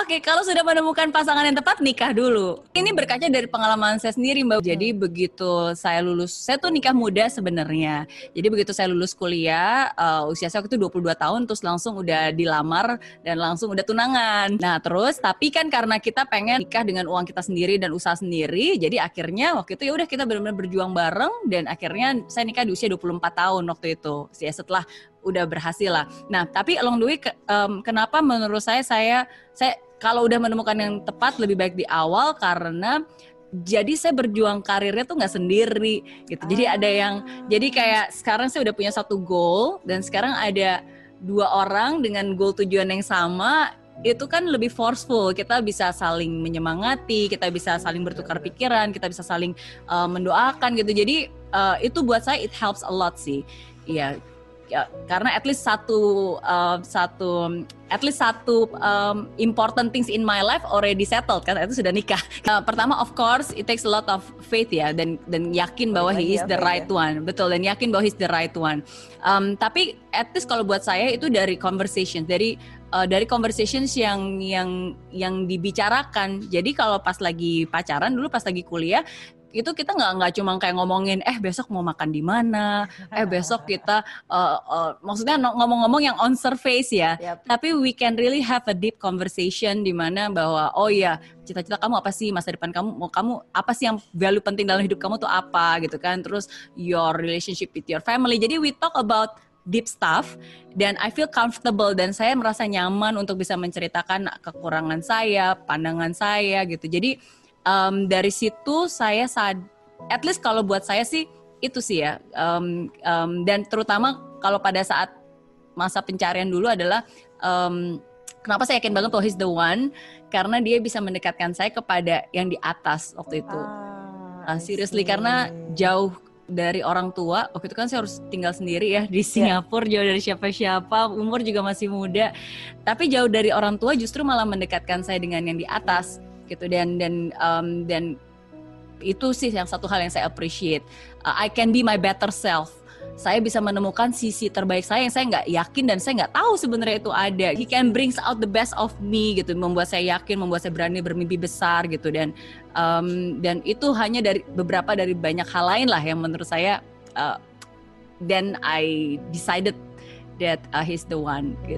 Oke, kalau sudah menemukan pasangan yang tepat, nikah dulu. Ini berkaca dari pengalaman saya sendiri, Mbak. Jadi begitu saya lulus, saya tuh nikah muda sebenarnya. Jadi begitu saya lulus kuliah, usia saya waktu itu 22 tahun, terus langsung udah dilamar dan langsung udah tunangan. Nah terus, tapi kan karena kita pengen nikah dengan uang kita sendiri dan usaha sendiri, jadi akhirnya waktu itu ya udah kita benar-benar berjuang bareng, dan akhirnya saya nikah di usia 24 tahun waktu itu. Ya setelah udah berhasil lah. Nah tapi along the way, kenapa menurut saya kalau udah menemukan yang tepat lebih baik di awal, karena jadi saya berjuang karirnya tuh nggak sendiri gitu. Jadi ada yang, jadi kayak sekarang saya udah punya satu goal, dan sekarang ada 2 orang dengan goal tujuan yang sama. Itu kan lebih forceful, kita bisa saling menyemangati, kita bisa saling bertukar pikiran, kita bisa saling mendoakan gitu. Jadi itu buat saya it helps a lot sih. Iya. Ya, karena at least satu important things in my life already settled kan, itu sudah nikah. Pertama of course it takes a lot of faith ya, dan yakin bahwa he is the right one. Betul, dan yakin bahwa he's the right one. Tapi at least kalau buat saya itu dari conversations, dari conversations yang dibicarakan. Jadi kalau pas lagi pacaran dulu, pas lagi kuliah, itu kita nggak cuma kayak ngomongin besok mau makan di mana, besok kita maksudnya ngomong-ngomong yang on surface ya. Yep. Tapi we can really have a deep conversation di mana bahwa oh ya, cita-cita kamu apa sih, masa depan kamu apa sih, yang value penting dalam hidup kamu tuh apa gitu kan. Terus your relationship with your family. Jadi we talk about deep stuff, dan I feel comfortable, dan saya merasa nyaman untuk bisa menceritakan kekurangan saya, pandangan saya gitu. Jadi dari situ saya at least kalau buat saya sih itu sih ya, dan terutama kalau pada saat masa pencarian dulu adalah kenapa saya yakin banget bahwa he's the one, karena dia bisa mendekatkan saya kepada yang di atas waktu itu. Seriously, karena jauh dari orang tua, waktu itu kan saya harus tinggal sendiri ya di Singapura, jauh dari siapa-siapa, umur juga masih muda, tapi jauh dari orang tua justru malah mendekatkan saya dengan yang di atas gitu. Dan itu sih yang satu hal yang saya appreciate. I can be my better self. Saya bisa menemukan sisi terbaik saya yang saya nggak yakin dan saya nggak tahu sebenarnya itu ada. He can brings out the best of me gitu, membuat saya yakin, membuat saya berani bermimpi besar gitu. Dan itu hanya dari beberapa dari banyak hal lain lah yang menurut saya. Then I decided that he's the one gitu.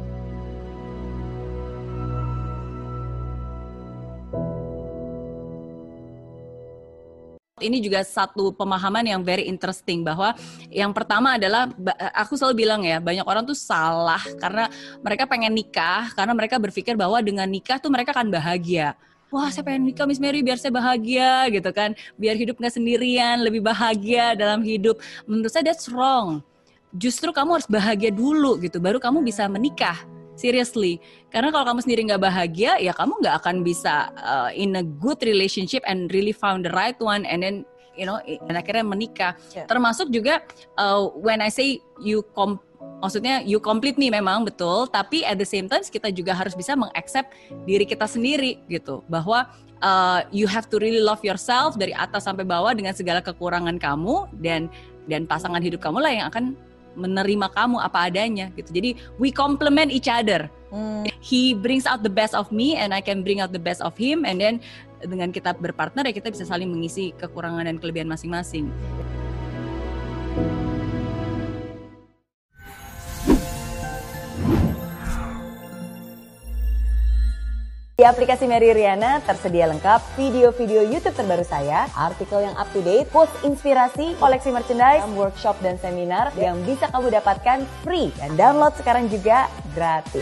Ini juga satu pemahaman yang very interesting, bahwa yang pertama adalah, aku selalu bilang ya, banyak orang tuh salah karena mereka pengen nikah, karena mereka berpikir bahwa dengan nikah tuh mereka akan bahagia. Wah, saya pengen nikah Miss Mary biar saya bahagia gitu kan, biar hidup gak sendirian, lebih bahagia dalam hidup. Menurut saya that's wrong. Justru kamu harus bahagia dulu gitu, baru kamu bisa menikah. Seriously, karena kalau kamu sendiri nggak bahagia, ya kamu nggak akan bisa in a good relationship and really found the right one, and then dan akhirnya menikah. Yeah. Termasuk juga when I say maksudnya you complete me memang betul, tapi at the same time kita juga harus bisa mengaccept diri kita sendiri gitu, bahwa you have to really love yourself dari atas sampai bawah dengan segala kekurangan kamu, dan pasangan hidup kamu lah yang akan menerima kamu apa adanya gitu. Jadi we complement each other. He brings out the best of me and I can bring out the best of him, and then dengan kita berpartner ya kita bisa saling mengisi kekurangan dan kelebihan masing-masing. Di aplikasi Mary Riana tersedia lengkap video-video YouTube terbaru saya, artikel yang up to date, post inspirasi, koleksi merchandise, workshop dan seminar yang bisa kamu dapatkan free, dan download sekarang juga gratis.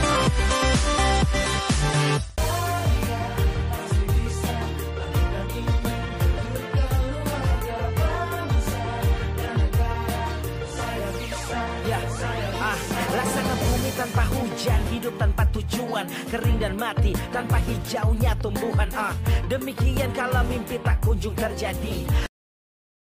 Tanpa hujan, hidup tanpa tujuan, kering dan mati tanpa hijaunya tumbuhan. Demikian kalau mimpi tak kunjung terjadi.